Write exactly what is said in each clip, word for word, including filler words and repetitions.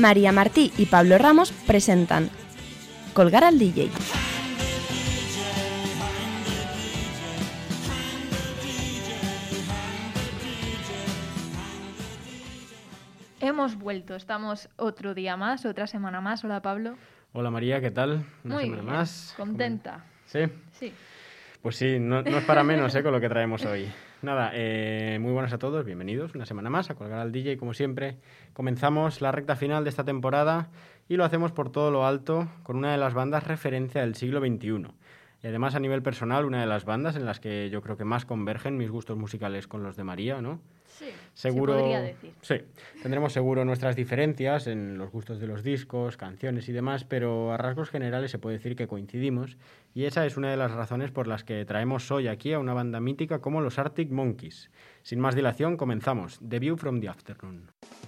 María Martí y Pablo Ramos presentan Colgar al D J. Hemos vuelto, estamos otro día más, otra semana más. Hola, Pablo. Hola, María, ¿qué tal? Una Muy semana bien, más. contenta. ¿Sí? Sí. Pues sí, no, no es para menos ¿eh? Con lo que traemos hoy. Nada, eh, muy buenas a todos, bienvenidos una semana más a Colgar al D J, como siempre. Comenzamos la recta final de esta temporada y lo hacemos por todo lo alto con una de las bandas referencia del siglo veintiuno. Y además, a nivel personal, una de las bandas en las que yo creo que más convergen mis gustos musicales con los de María, ¿no? Sí, Seguro, se podría decir. Sí, tendremos seguro nuestras diferencias en los gustos de los discos, canciones y demás, pero a rasgos generales se puede decir que coincidimos y esa es una de las razones por las que traemos hoy aquí a una banda mítica como los Arctic Monkeys. Sin más dilación, comenzamos. The View from the Afternoon.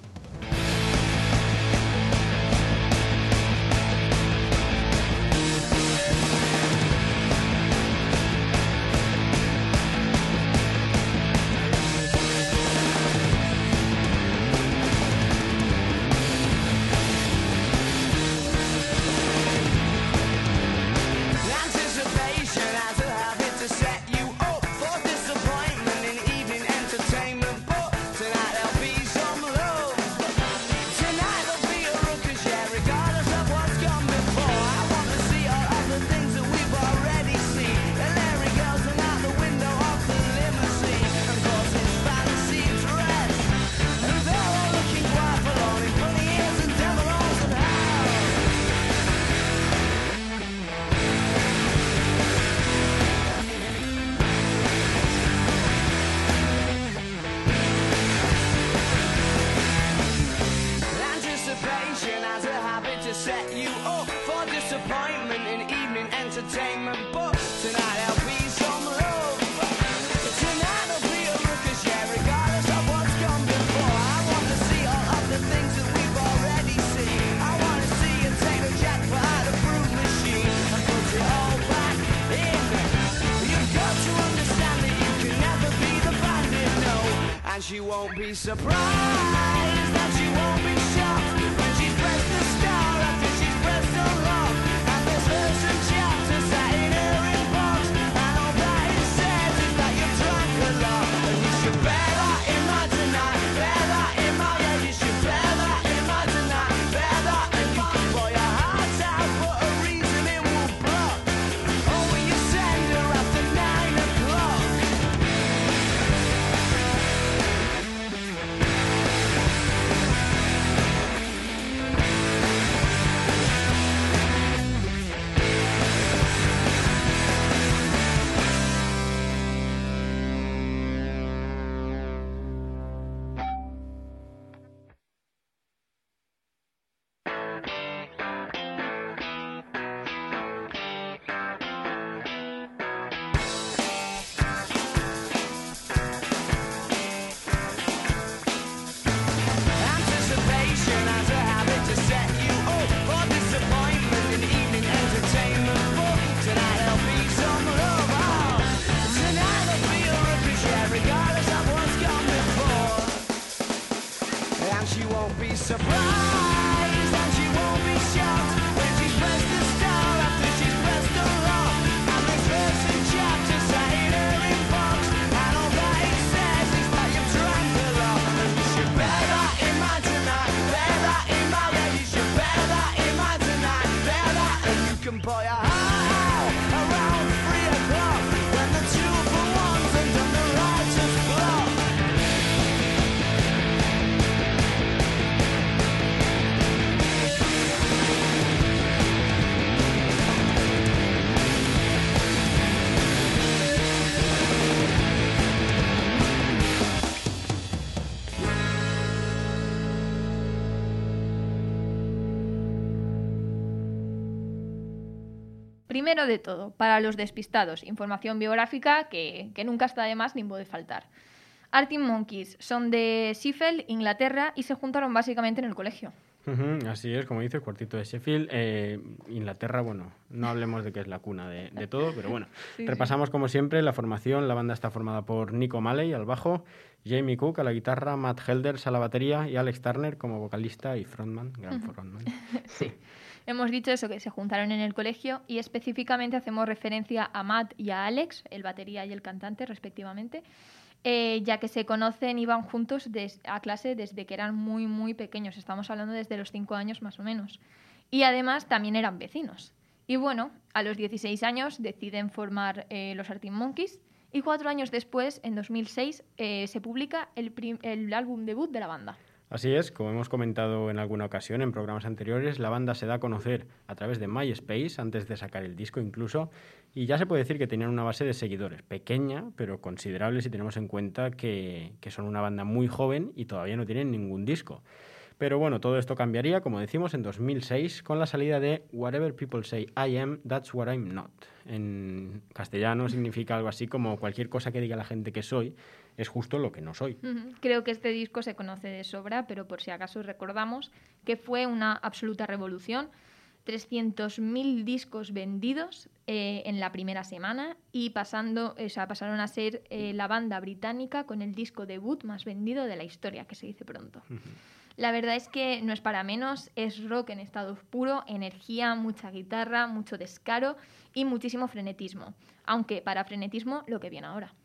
She won't be surprised that she won't be shocked when she's pressed the star after she's pressed the lock. And there's verse and chapter sat in her inbox, and all that it says is that you drank a lot. And you should bear that in mind tonight, bear that in mind, yeah, you should bear that in mind tonight, bear that, and you can pour your heart out, but a reason it will block. Oh, will you send her after nine o'clock? Primero de todo, para los despistados, información biográfica que, que nunca está de más ni puede faltar. Arctic Monkeys son de Sheffield, Inglaterra, y se juntaron básicamente en el colegio. Ujú, así es, como dices, cuartito de Sheffield. Eh, Inglaterra, bueno, no hablemos de que es la cuna de, de todo, pero bueno, Sí, repasamos como siempre la formación. La banda está formada por Nico Malley al bajo, Jamie Cook a la guitarra, Matt Helders a la batería y Alex Turner como vocalista y frontman, gran frontman. Sí. Hemos dicho eso, que se juntaron en el colegio y específicamente hacemos referencia a Matt y a Alex, el batería y el cantante respectivamente, eh, ya que se conocen y van juntos des- a clase desde que eran muy, muy pequeños. Estamos hablando desde los cinco años más o menos. Y además también eran vecinos. Y bueno, a los dieciséis años deciden formar eh, los Arctic Monkeys y cuatro años después, en dos mil seis, eh, se publica el, prim- el álbum debut de la banda. Así es, como hemos comentado en alguna ocasión en programas anteriores, la banda se da a conocer a través de MySpace, antes de sacar el disco incluso, y ya se puede decir que tenían una base de seguidores, pequeña, pero considerable si tenemos en cuenta que, que son una banda muy joven y todavía no tienen ningún disco. Pero bueno, todo esto cambiaría, como decimos, en dos mil seis con la salida de Whatever People Say I Am, That's What I'm Not. En castellano significa algo así como cualquier cosa que diga la gente que soy es justo lo que no soy. Ujú. Creo que este disco se conoce de sobra, pero por si acaso recordamos que fue una absoluta revolución. trescientos mil discos vendidos eh, en la primera semana y pasando, o sea, pasaron a ser eh, la banda británica con el disco debut más vendido de la historia, que se dice pronto. La verdad es que no es para menos, es rock en estado puro, energía, mucha guitarra, mucho descaro y muchísimo frenetismo. Aunque para frenetismo lo que viene ahora.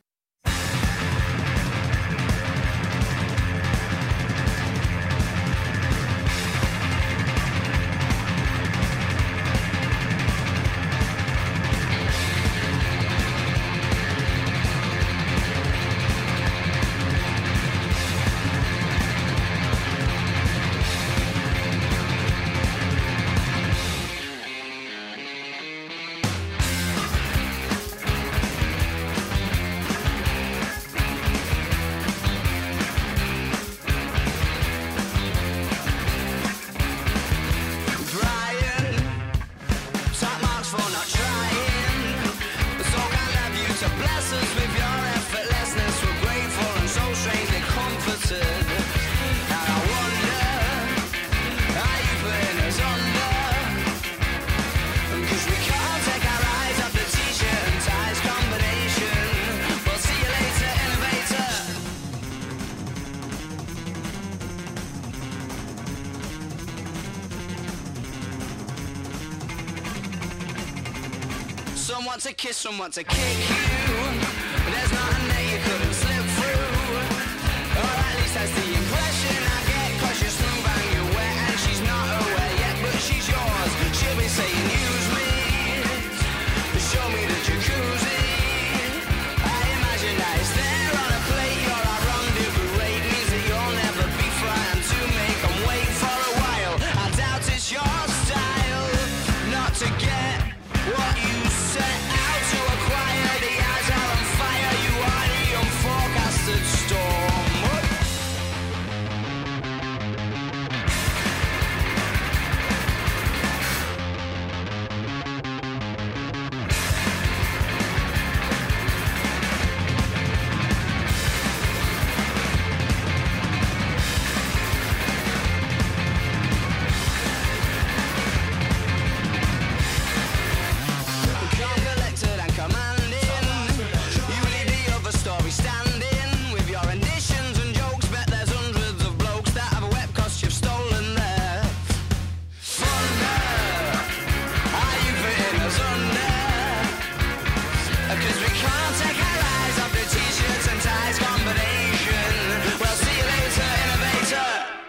Brian, top marks for not trying. So kind of you to bless us with your effortlessness. We're grateful and so strangely comforted. And I wonder how you putting us under. 'Cause we can't take our eyes off the t-shirt and ties combination. We'll see you later, innovator. Some want to kiss, some want to kick you. There's nothing that you couldn't slip through. Or at least that's the impression I get. 'Cause you're smooth and you're wet and she's not aware yet, but she's yours. She'll be saying use me, show me the jacuzzi. I imagine that it's there on a plate. You're our rendezvous rate, means that you'll never be frightened to make 'em wait for a while. I doubt it's your style not to get what you set out to acquire. The eyes are on fire, you are the unforecasted storm. Calm, collected and commanding. You leave the other story standing. With your renditions and jokes, bet there's hundreds of blokes that have a web 'cause you've stolen their thunder. Are you putting us under? 'Cause we can't take our eyes off the t-shirts and ties combination. Well, see you later, innovator.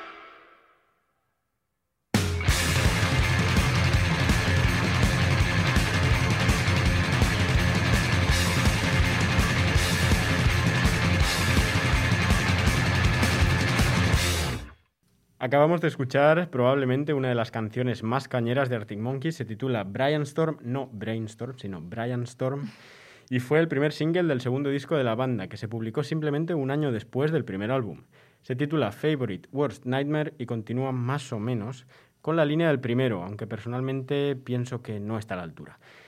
Acabamos de escuchar probablemente una de las canciones más cañeras de Arctic Monkeys. Se titula Brainstorm, no Brainstorm, sino Brainstorm. Y fue el primer single del segundo disco de la banda, que se publicó simplemente un año después del primer álbum. Se titula Favorite Worst Nightmare y continúa más o menos con la línea del primero, aunque personalmente pienso que no está a la altura.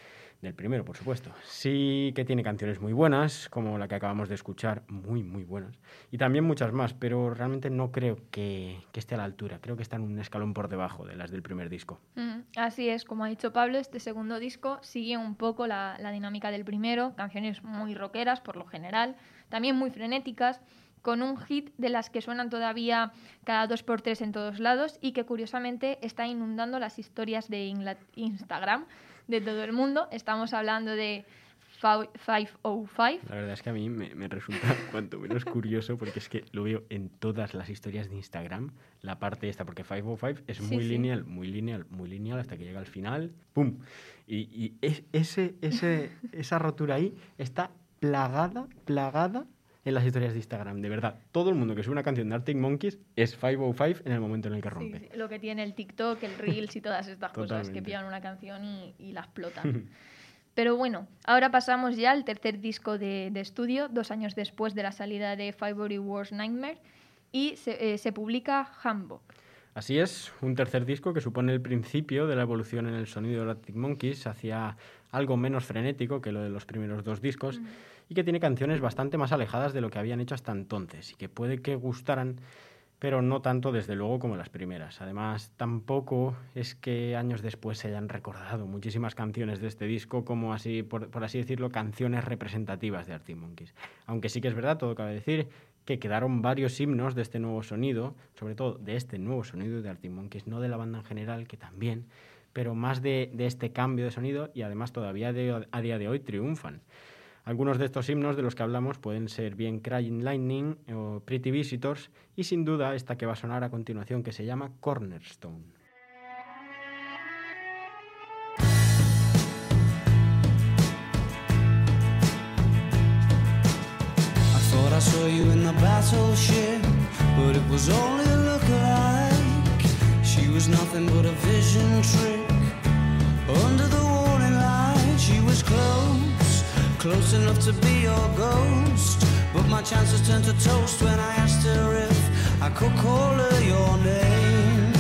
del primero, por supuesto. Sí que tiene canciones muy buenas, como la que acabamos de escuchar, muy, muy buenas. Y también muchas más, pero realmente no creo que, que esté a la altura. Creo que está en un escalón por debajo de las del primer disco. Mm, así es, como ha dicho Pablo, este segundo disco sigue un poco la, la dinámica del primero, canciones muy rockeras por lo general, también muy frenéticas, con un hit de las que suenan todavía cada dos por tres en todos lados y que curiosamente está inundando las historias de Ingla- Instagram de todo el mundo. Estamos hablando de quinientos cinco. La verdad es que a mí me, me resulta cuanto menos curioso porque es que lo veo en todas las historias de Instagram, la parte esta, porque quinientos cinco es Sí, muy sí. lineal, muy lineal, muy lineal hasta que llega al final, ¡pum! Y, y es- ese, ese, esa rotura ahí está plagada, plagada en las historias de Instagram, de verdad. Todo el mundo que sube una canción de Arctic Monkeys es quinientos cinco en el momento en el que rompe. Sí, sí, lo que tiene el TikTok, el Reels y todas estas cosas que Totalmente. pillan una canción y, y la explotan. Pero bueno, ahora pasamos ya al tercer disco de, de estudio, dos años después de la salida de Five Body Wars Nightmare, y se, eh, se publica Handbook. Así es, un tercer disco que supone el principio de la evolución en el sonido de Arctic Monkeys hacia algo menos frenético que lo de los primeros dos discos Mm. y que tiene canciones bastante más alejadas de lo que habían hecho hasta entonces y que puede que gustaran, pero no tanto desde luego como las primeras. Además, tampoco es que años después se hayan recordado muchísimas canciones de este disco como así, por, por así decirlo, canciones representativas de Arctic Monkeys. Aunque sí que es verdad, todo cabe decir, que quedaron varios himnos de este nuevo sonido, sobre todo de este nuevo sonido de Arctic Monkeys, no de la banda en general, que también, pero más de, de este cambio de sonido y además todavía de, a día de hoy triunfan. Algunos de estos himnos de los que hablamos pueden ser bien Crying Lightning o Pretty Visitors y sin duda esta que va a sonar a continuación que se llama Cornerstone. I thought I saw you in the battleship, but it was only a look-alike. She was nothing but a vision trick. Under the warning light, she was close, close enough to be your ghost. But my chances turned to toast when I asked her if I could call her your name.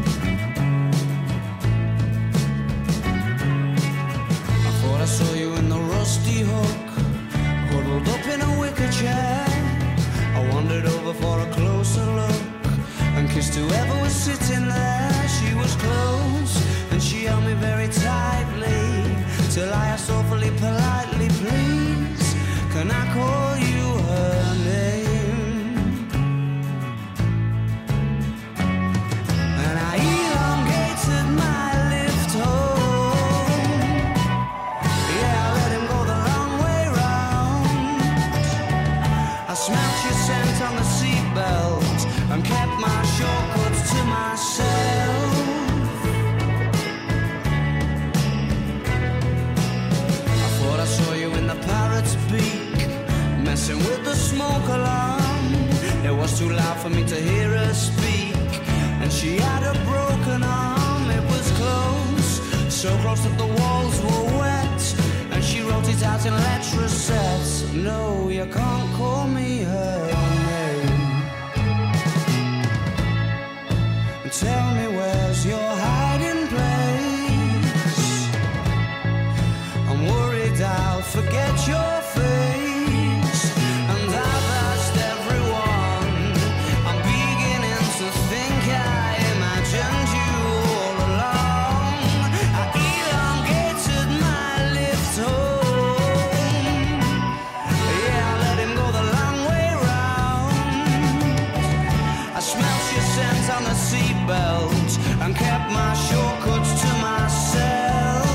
I thought I saw you in the rusty hook, huddled up in a wicker chair. I wandered over for a closer look and kissed whoever was sitting there. She was close and she held me very tightly till I asked awfully politely, please, can I call you her name? And I elongated my lift home. Yeah, I let him go the long way round. I smelt your scent on the seatbelt and kept my shortcuts to myself. I thought I saw you in the parrot's beak, messing with the smoke alarm. It was too loud for me to hear her speak, and she had a broken arm. It was close, so close that the walls were wet, and she wrote it out in letter sets. No, you can't call me her name. Tell me where's your hiding place. I'm worried I'll forget your face, and I've asked everyone. I'm beginning to think I imagined you all along. I elongated my lift home. Yeah, I let him go the long way round. I smelt your scent on the seatbelt and kept my shortcuts to myself.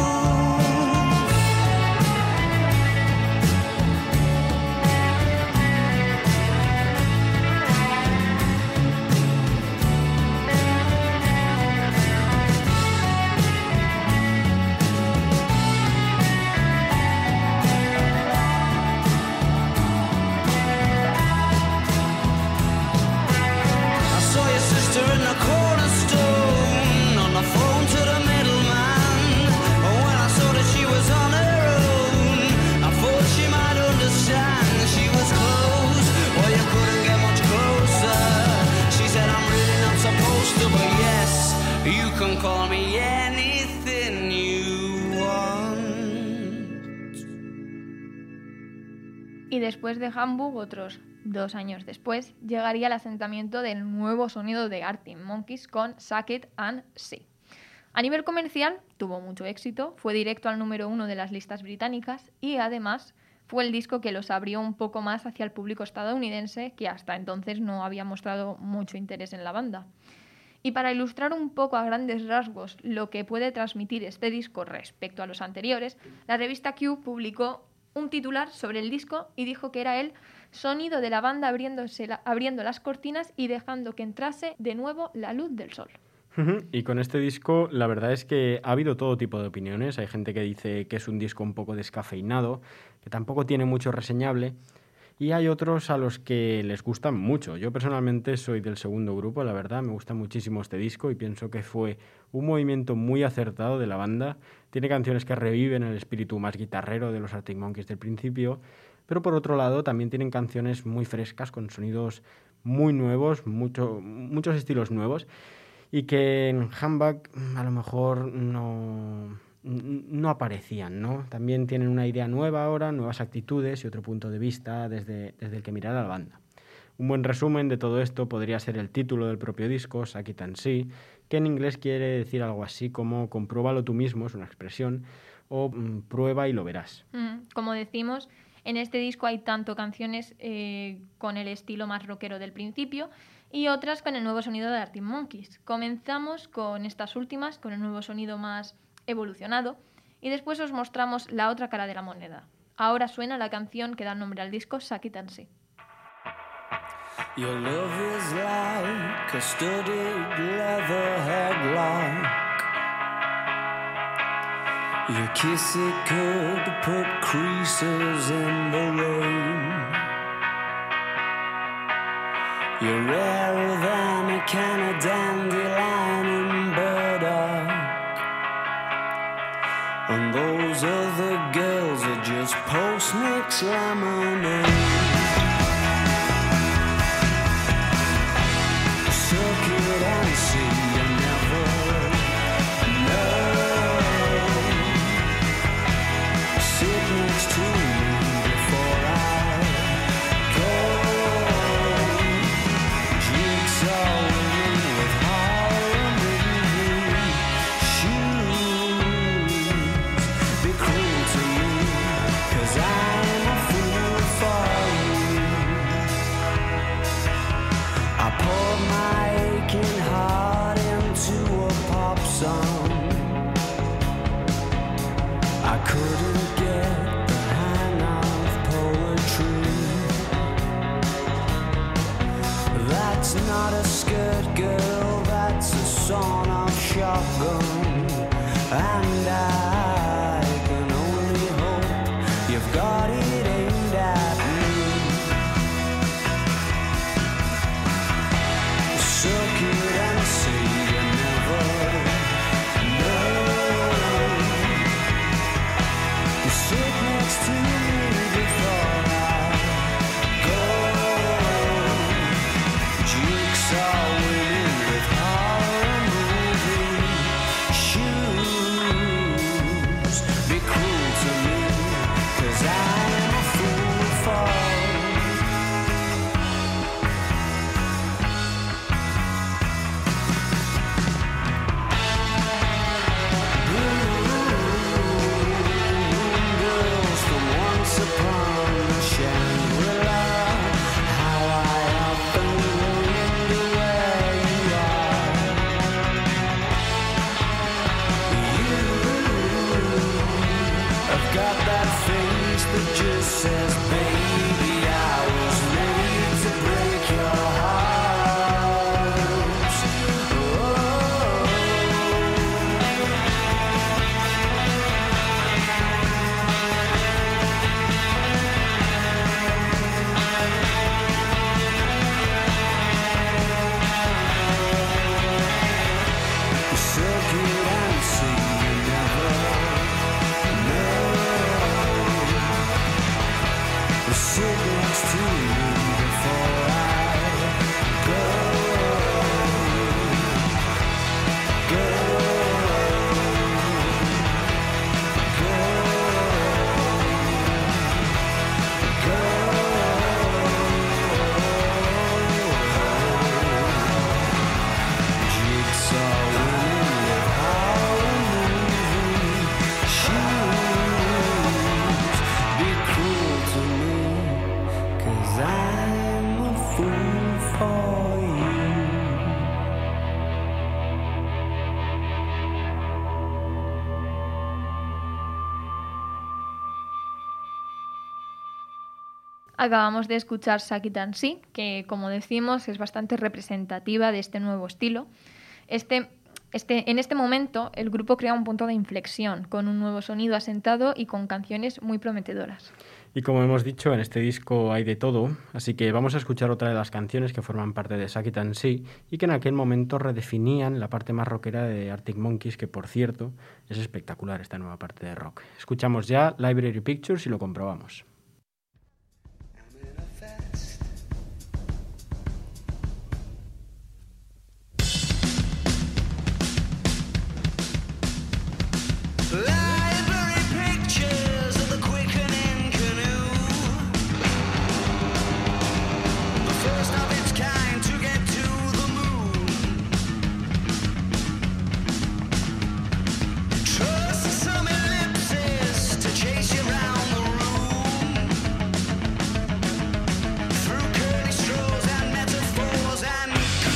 I saw your sister in the cornerstone, on the phone to the middleman. Oh, when I saw that she was on her own, I thought she might understand. She was close, well, you couldn't get much closer. She said, I'm really not supposed to, but yes, you can call me anything you want. Y después de Hamburg, otros dos años después, llegaría el asentamiento del nuevo sonido de Arctic Monkeys con Suck It and See. A nivel comercial, tuvo mucho éxito, fue directo al número uno de las listas británicas y además fue el disco que los abrió un poco más hacia el público estadounidense, que hasta entonces no había mostrado mucho interés en la banda. Y para ilustrar un poco a grandes rasgos lo que puede transmitir este disco respecto a los anteriores, la revista Q publicó un titular sobre el disco y dijo que era el sonido de la banda abriéndose la, abriendo las cortinas y dejando que entrase de nuevo la luz del sol. Y con este disco la verdad es que ha habido todo tipo de opiniones. Hay gente que dice que es un disco un poco descafeinado, que tampoco tiene mucho reseñable, y hay otros a los que les gusta mucho. Yo personalmente soy del segundo grupo, la verdad, me gusta muchísimo este disco y pienso que fue un movimiento muy acertado de la banda. Tiene canciones que reviven el espíritu más guitarrero de los Arctic Monkeys del principio, pero por otro lado también tienen canciones muy frescas, con sonidos muy nuevos, mucho, muchos estilos nuevos, y que en Humbug a lo mejor no, no aparecían, ¿no? También tienen una idea nueva ahora, nuevas actitudes y otro punto de vista desde, desde el que mirar a la banda. Un buen resumen de todo esto podría ser el título del propio disco, Suck It and See, que en inglés quiere decir algo así como compruébalo tú mismo, es una expresión, o mm, prueba y lo verás. Mm, como decimos, en este disco hay tanto canciones eh, con el estilo más rockero del principio y otras con el nuevo sonido de Arctic Monkeys. Comenzamos con estas últimas, con el nuevo sonido más evolucionado, y después os mostramos la otra cara de la moneda. Ahora suena la canción que da nombre al disco, Suck It and See. Your love is like a studded leather headlock. Your kiss, it could put creases in the rain. You're rarer than a can of dandelion and burdock. And those other girls are just post-mix lemonade. Suck it and see you never know. Sit next to me before I go. Jigsaw women with horror moving shoes. Be cruel to me, 'cause I'm a fool for you. I poured my aching heart into a pop song. I couldn't get the hang of poetry. That's not a skirt, girl, that's a sawn off shotgun. And I can only hope you've got it aimed at me. Suck it and see you never know. Sit next to me before I go. Jigsaw women with horror moving shoes. Be cruel to me, 'cause I'm a fool for you. Girls from once upon a Shangri-La. How I often wonder where you are. You have got that face that just says, baby, I was made to break your heart. Oh. Suck it and see you never know. Sit next to me before I go. Go. Go. Go. 'cause I'm a fool for you. Acabamos de escuchar Suck It and See, que como decimos es bastante representativa de este nuevo estilo. Este, este, en este momento el grupo crea un punto de inflexión, con un nuevo sonido asentado y con canciones muy prometedoras. Y como hemos dicho, en este disco hay de todo, así que vamos a escuchar otra de las canciones que forman parte de Suck It and See y que en aquel momento redefinían la parte más rockera de Arctic Monkeys, que por cierto es espectacular esta nueva parte de rock. Escuchamos ya Library Pictures y lo comprobamos. Library pictures of the quickening canoe, the first of its kind to get to the moon. Trust some ellipses to chase you round the room, through curly strolls and metaphors and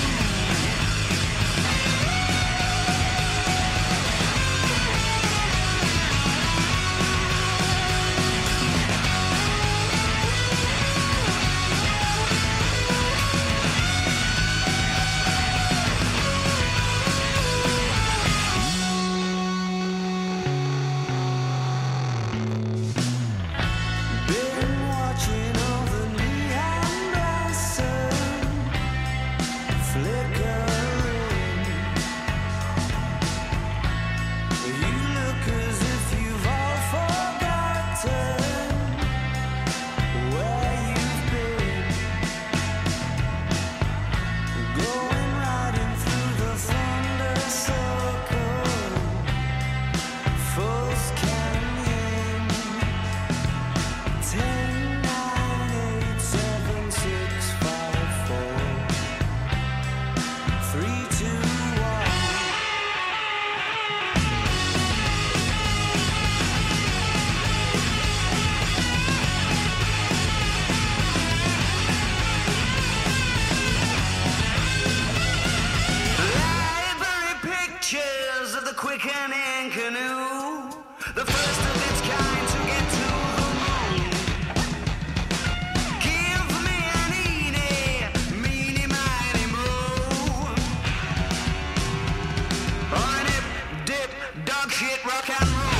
been watching all the neon blossom flickering. You look as if you've all forgotten where you've been. Going riding through the thunder circle, Falls Canyon. Ten, nine, eight, seven, six, five, four, three, two, one. Library pictures of the quickening canoe, the first of its kind to get to the moon. Give me an eeny, meeny, miny, moe. On a nip, dip, dog shit, rock and roll.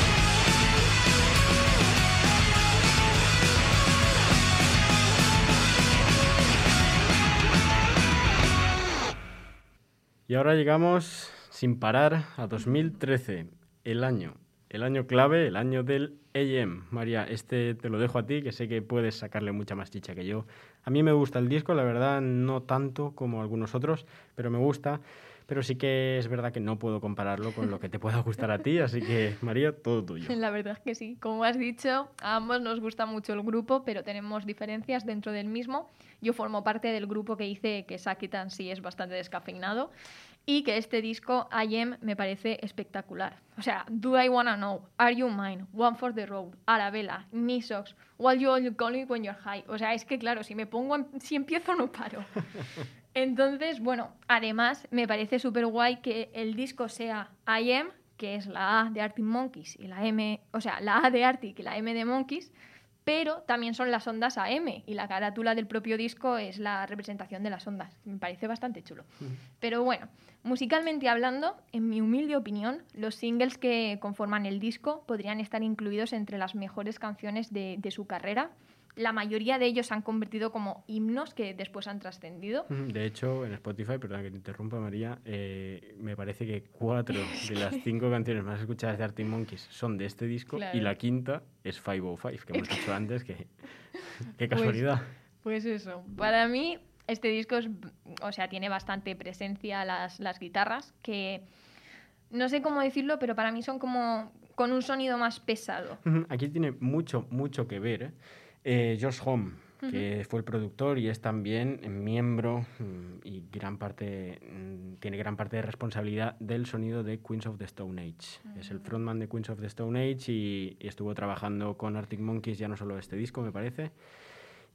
Y ahora llegamos sin parar a dos mil trece, el año, el año clave, el año del A M. María, este te lo dejo a ti, que sé que puedes sacarle mucha más chicha que yo. A mí me gusta el disco, la verdad, no tanto como algunos otros, pero me gusta. Pero sí que es verdad que no puedo compararlo con lo que te pueda gustar a ti, así que, María, todo tuyo. La verdad es que sí. Como has dicho, a ambos nos gusta mucho el grupo, pero tenemos diferencias dentro del mismo. Yo formo parte del grupo que dice que Suck It and See es bastante descafeinado y que este disco, I Am, me parece espectacular. O sea, Do I Wanna Know, Are You Mine, One for the Road, Arabella, Nisox, While You All Call Me When You're High. O sea, es que claro, si me pongo, en- si empiezo no paro. Entonces, bueno, además me parece súper guay que el disco sea I Am, que es la A de Arctic Monkeys y la M, o sea, la A de Arctic y la M de Monkeys, pero también son las ondas A M y la carátula del propio disco es la representación de las ondas. Me parece bastante chulo. Pero bueno, musicalmente hablando, en mi humilde opinión, los singles que conforman el disco podrían estar incluidos entre las mejores canciones de, de su carrera. La mayoría de ellos se han convertido como himnos que después han trascendido. De hecho, en Spotify, perdón que te interrumpa, María, eh, me parece que cuatro de las cinco canciones más escuchadas de Arctic Monkeys son de este disco, Claro. y la quinta es quinientos cinco, que hemos dicho antes, que qué Pues- casualidad. Pues eso, para mí este disco es, o sea, tiene bastante presencia las, las guitarras, que no sé cómo decirlo, pero para mí son como con un sonido más pesado. Ujú, Aquí tiene mucho, mucho que ver, ¿eh? Eh, Josh Homme, que fue el productor y es también miembro mm, y gran parte mm, tiene gran parte de responsabilidad del sonido de Queens of the Stone Age. Es el frontman de Queens of the Stone Age y, y estuvo trabajando con Arctic Monkeys ya no solo este disco, me parece.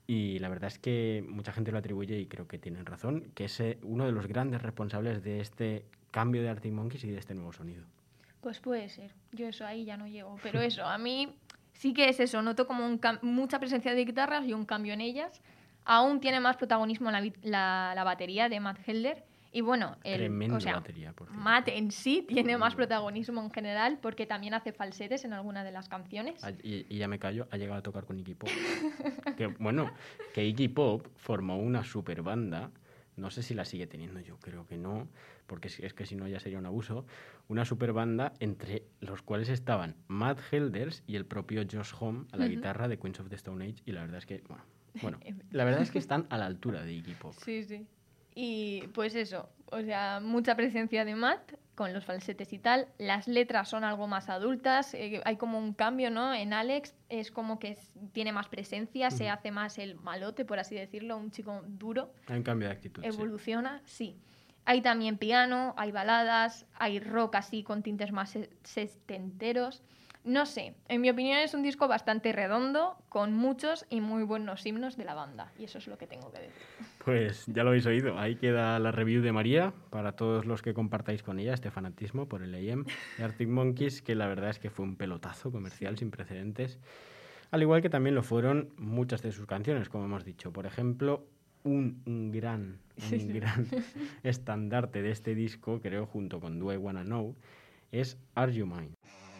Y la verdad es que mucha gente lo atribuye, y creo que tienen razón, que es eh, uno de los grandes responsables de este cambio de Arctic Monkeys y de este nuevo sonido. Pues puede ser. Yo eso ahí ya no llego. Pero eso, a mí sí que es eso. Noto como un cam- mucha presencia de guitarras y un cambio en ellas. Aún tiene más protagonismo la, vi- la, la batería de Matt Helder. Y bueno, el, Tremenda o sea, batería, por cierto. Matt en sí tiene más Tremendo. protagonismo en general porque también hace falsetes en alguna de las canciones. Ah, Y, y ya me callo, ha llegado a tocar con Iggy Pop. que, bueno, que Iggy Pop formó una super banda, no sé si la sigue teniendo, yo creo que no, porque si- es que si no ya sería un abuso, una super banda entre los cuales estaban Matt Helders y el propio Josh Homme a la Ujú. guitarra de Queens of the Stone Age, y la verdad es que, bueno, bueno, la verdad es que están a la altura de Iggy Pop. Sí, sí. Y pues eso, o sea, mucha presencia de Matt con los falsetes y tal. Las letras son algo más adultas, eh, hay como un cambio, ¿no? En Alex es como que es- tiene más presencia, se Ujú. hace más el malote, por así decirlo, un chico duro, Hay un cambio de actitud. sí. evoluciona, sí. Hay también piano, hay baladas, hay rock así con tintes más se- setenteros. No sé, en mi opinión es un disco bastante redondo, con muchos y muy buenos himnos de la banda. Y eso es lo que tengo que decir. Pues ya lo habéis oído, ahí queda la review de María para todos los que compartáis con ella este fanatismo por el A M de Arctic Monkeys, que la verdad es que fue un pelotazo comercial sin precedentes, al igual que también lo fueron muchas de sus canciones, como hemos dicho. Por ejemplo, un, un gran, un Sí, sí. gran estandarte de este disco, creo, junto con Do I Wanna Know, es Are You Mine.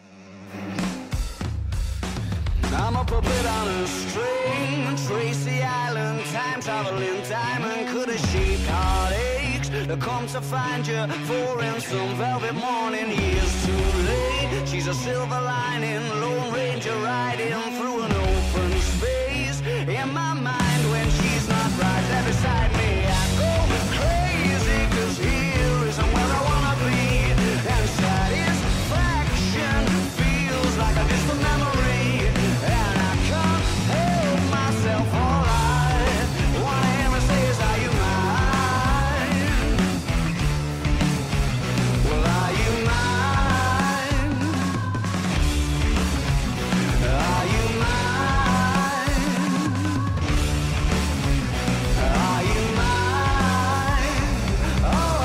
I'm a puppet on a string, Tracy Island, time traveling diamond, could have shaped heartaches. I come to find you for in some velvet morning, years too late. She's a silver lining, Lone Ranger riding through an open space. In my mind when she's not right there beside me, I go crazy, cause here isn't where I wanna be. And satisfaction feels like a distant memory. And I can't help myself, all I wanna hear her say is, are you mine? Well, are you mine? Are you mine? Are you mine? Oh,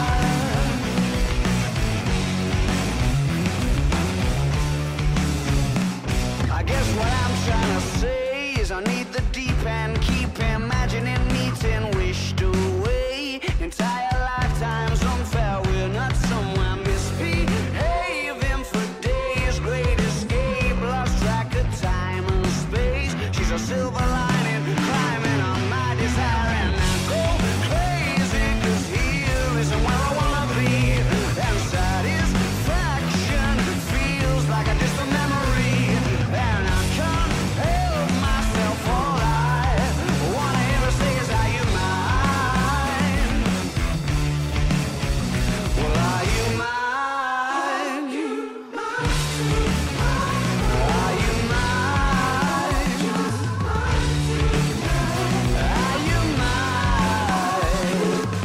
I guess what I'm trying to say is I need the deep end, keep imagining meeting wished away. Entire lifetimes unfair, we're not somewhere misbehaving for days. Great escape, lost track of time and space. She's a silver lining, climbing on my desire, and I go crazy, cause here isn't where I wanna be. And satisfaction feels like a distant memory. And I can't help myself, all I wanna hear her say is, are you mine? Well, are you mine? Are you mine? Are you mine?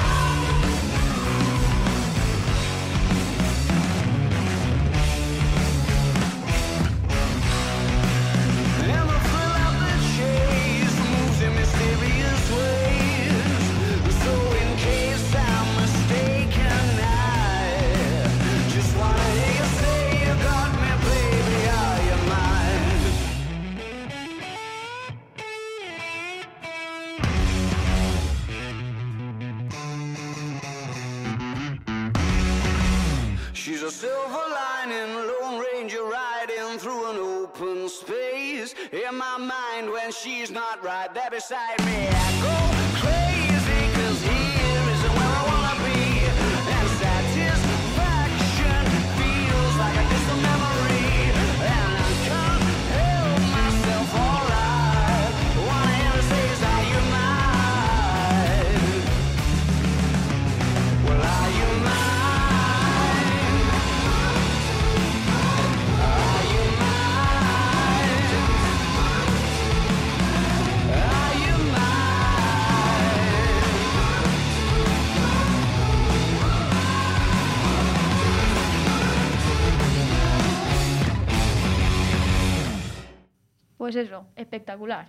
And the thrill of the chase moves in mysterious ways. So in case I'm mistaken, I just wanna hear you say you got me, baby, are you mine? She's a silver lining, Lone Ranger riding through an open space. In my mind when she's not right there beside me, I go crazy, cause here isn't where I wanna be. And satisfaction feels like a distant memory. And I can't help myself, all I wanna hear her say is, are you mine? Well, are you mine? Are you mine? Are you mine? Pues eso, espectacular.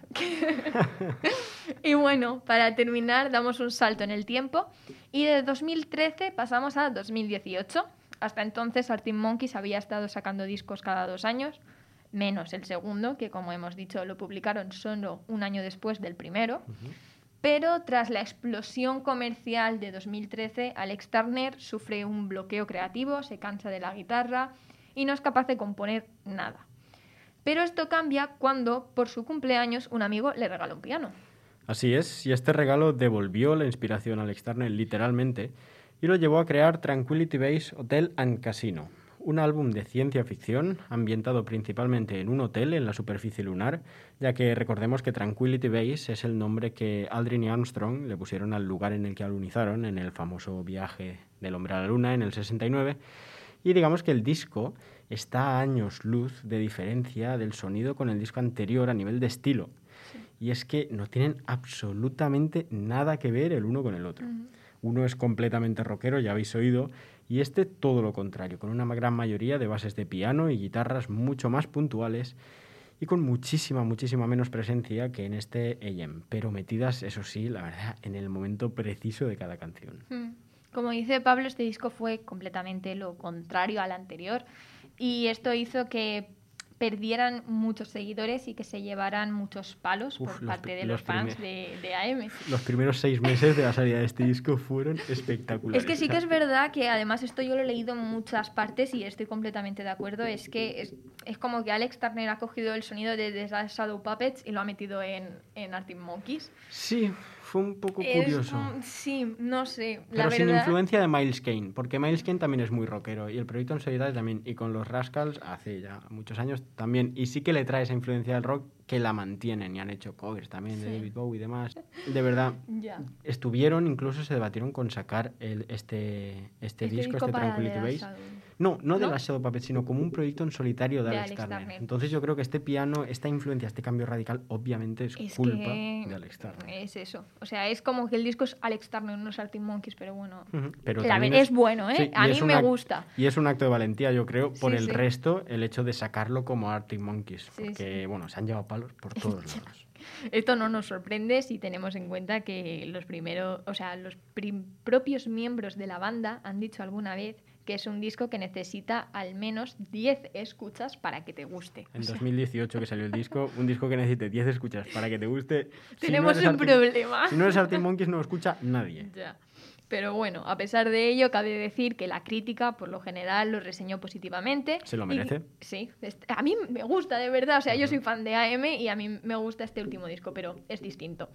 Y bueno, para terminar, damos un salto en el tiempo y de dos mil trece pasamos a dos mil dieciocho. Hasta entonces Arctic Monkeys había estado sacando discos cada dos años, menos el segundo, que como hemos dicho lo publicaron solo un año después del primero. Uh-huh. Pero tras la explosión comercial de dos mil trece, Alex Turner sufre un bloqueo creativo, se cansa de la guitarra y no es capaz de componer nada. Pero esto cambia cuando, por su cumpleaños, un amigo le regala un piano. Así es, y este regalo devolvió la inspiración a Alex Turner literalmente y lo llevó a crear Tranquility Base Hotel and Casino, un álbum de ciencia ficción ambientado principalmente en un hotel en la superficie lunar, ya que recordemos que Tranquility Base es el nombre que Aldrin y Armstrong le pusieron al lugar en el que alunizaron en el famoso viaje del hombre a la luna en el sesenta y nueve, y digamos que el disco está a años luz de diferencia del sonido con el disco anterior a nivel de estilo, sí. Y es que no tienen absolutamente nada que ver el uno con el otro. Uh-huh. Uno es completamente rockero, ya habéis oído, y este todo lo contrario, con una gran mayoría de bases de piano y guitarras mucho más puntuales y con muchísima, muchísima menos presencia que en este A M, pero metidas, eso sí, la verdad, en el momento preciso de cada canción. Como dice Pablo, este disco fue completamente lo contrario al anterior y esto hizo que perdieran muchos seguidores y que se llevaran muchos palos Uf, por parte de los, los fans de, de A M. Los primeros seis meses de la salida de este disco fueron espectaculares. Es que sí que es verdad que además esto yo lo he leído en muchas partes y estoy completamente de acuerdo, es que es, es como que Alex Turner ha cogido el sonido de The Shadow Puppets y lo ha metido en, en Arctic Monkeys. Sí, fue un poco curioso. Es, sí, no sé. Pero la sin verdad... influencia de Miles Kane, porque Miles Kane también es muy rockero y el proyecto en solitario también, y con los Rascals hace ya muchos años también, y sí que le trae esa influencia del rock que la mantienen y han hecho covers también de sí. David Bowie y demás. De verdad, ya. Estuvieron, incluso se debatieron con sacar el, este, este, este disco, este Tranquility Base. No, no de ¿No? la Shadow Puppets, sino como un proyecto en solitario de, de Alex, Alex Turner. Turner. Entonces yo creo que este piano, esta influencia, este cambio radical, obviamente es, es culpa de Alex Turner. Es eso. O sea, es como que el disco es Alex Turner, no es Arctic Monkeys, pero bueno. Uh-huh. Pero la ver, es, es bueno, ¿eh? Sí, a mí me gusta. Y es un acto de valentía, yo creo, por sí, el sí. resto, el hecho de sacarlo como Arctic Monkeys. Sí, porque, sí. bueno, se han llevado palos por todos lados. Esto no nos sorprende si tenemos en cuenta que los primeros, o sea, los prim- propios miembros de la banda han dicho alguna vez que es un disco que necesita al menos diez escuchas para que te guste. En dos mil dieciocho que salió el disco, un disco que necesite diez escuchas para que te guste. Tenemos si no un Arctic, problema. Si no eres Arctic Monkeys no lo escucha nadie. Ya. Pero bueno, a pesar de ello, cabe decir que la crítica, por lo general, lo reseñó positivamente. Se lo merece. Y, sí, a mí me gusta, de verdad. O sea, yo soy fan de A M y a mí me gusta este último disco, pero es distinto.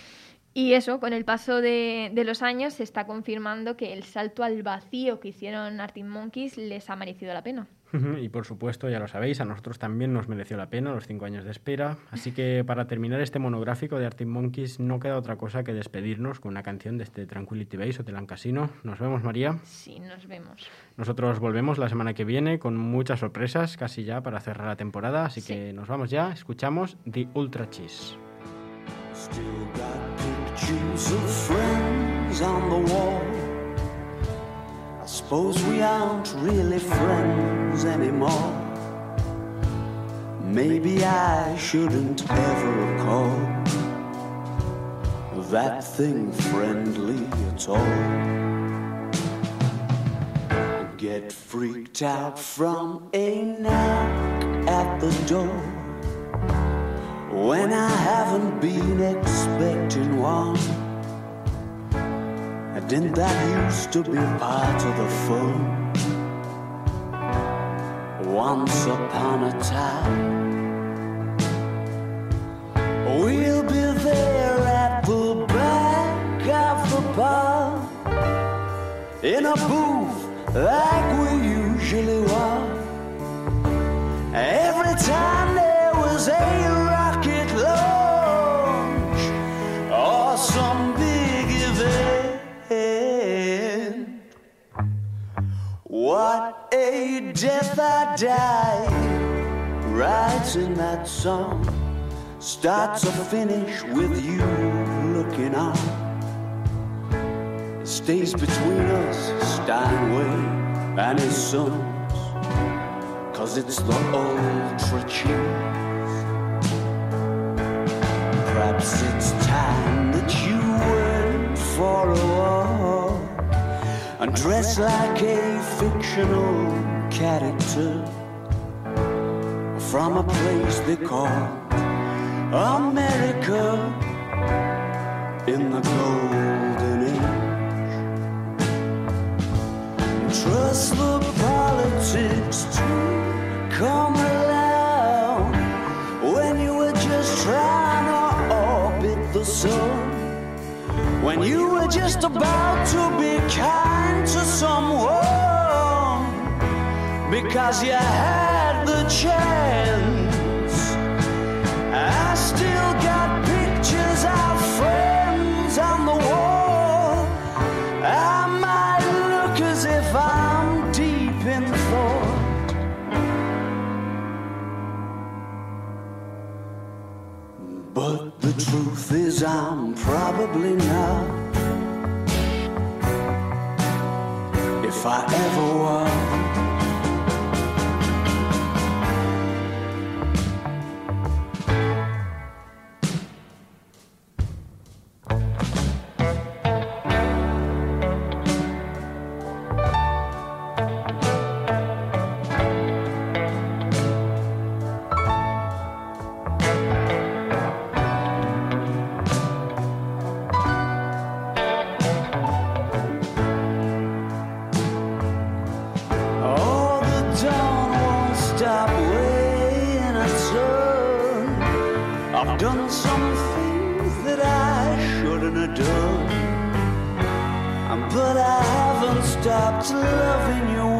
Y eso, con el paso de, de los años, se está confirmando que el salto al vacío que hicieron Arctic Monkeys les ha merecido la pena. Y por supuesto, ya lo sabéis, a nosotros también nos mereció la pena los cinco años de espera. Así que para terminar este monográfico de Arctic Monkeys no queda otra cosa que despedirnos con una canción de este Tranquility Base Hotel and Casino. ¿Nos vemos, María? Sí, nos vemos. Nosotros volvemos la semana que viene con muchas sorpresas, casi ya para cerrar la temporada. Así sí. que nos vamos ya, escuchamos The Ultra Cheese. Still got pictures of friends on the wall. I suppose we aren't really friends anymore. Maybe I shouldn't ever call that thing friendly at all. Get freaked out from a knock at the door when I haven't been expecting one. Didn't that used to be part of the fun? Once upon a time, we'll be there at the back of the bar, in a booth like we usually were. Every time there was a rocket launch or some big event. What a death I died, writing that song, start to finish with you looking on. It stays between us, Steinway and his sons, cause it's the ultra cheese. Perhaps it's time that you went for a walk and dress like a fictional character from a place they call America in the golden age. Trust the politics to come along when you were just trying to orbit the sun, when you were just about to be kind to someone because you had the chance. I still got pictures of friends on the wall. I might look as if I'm deep in thought, but the truth is I'm probably not. If I ever was. Done some things that I shouldn't have done, but I haven't stopped loving you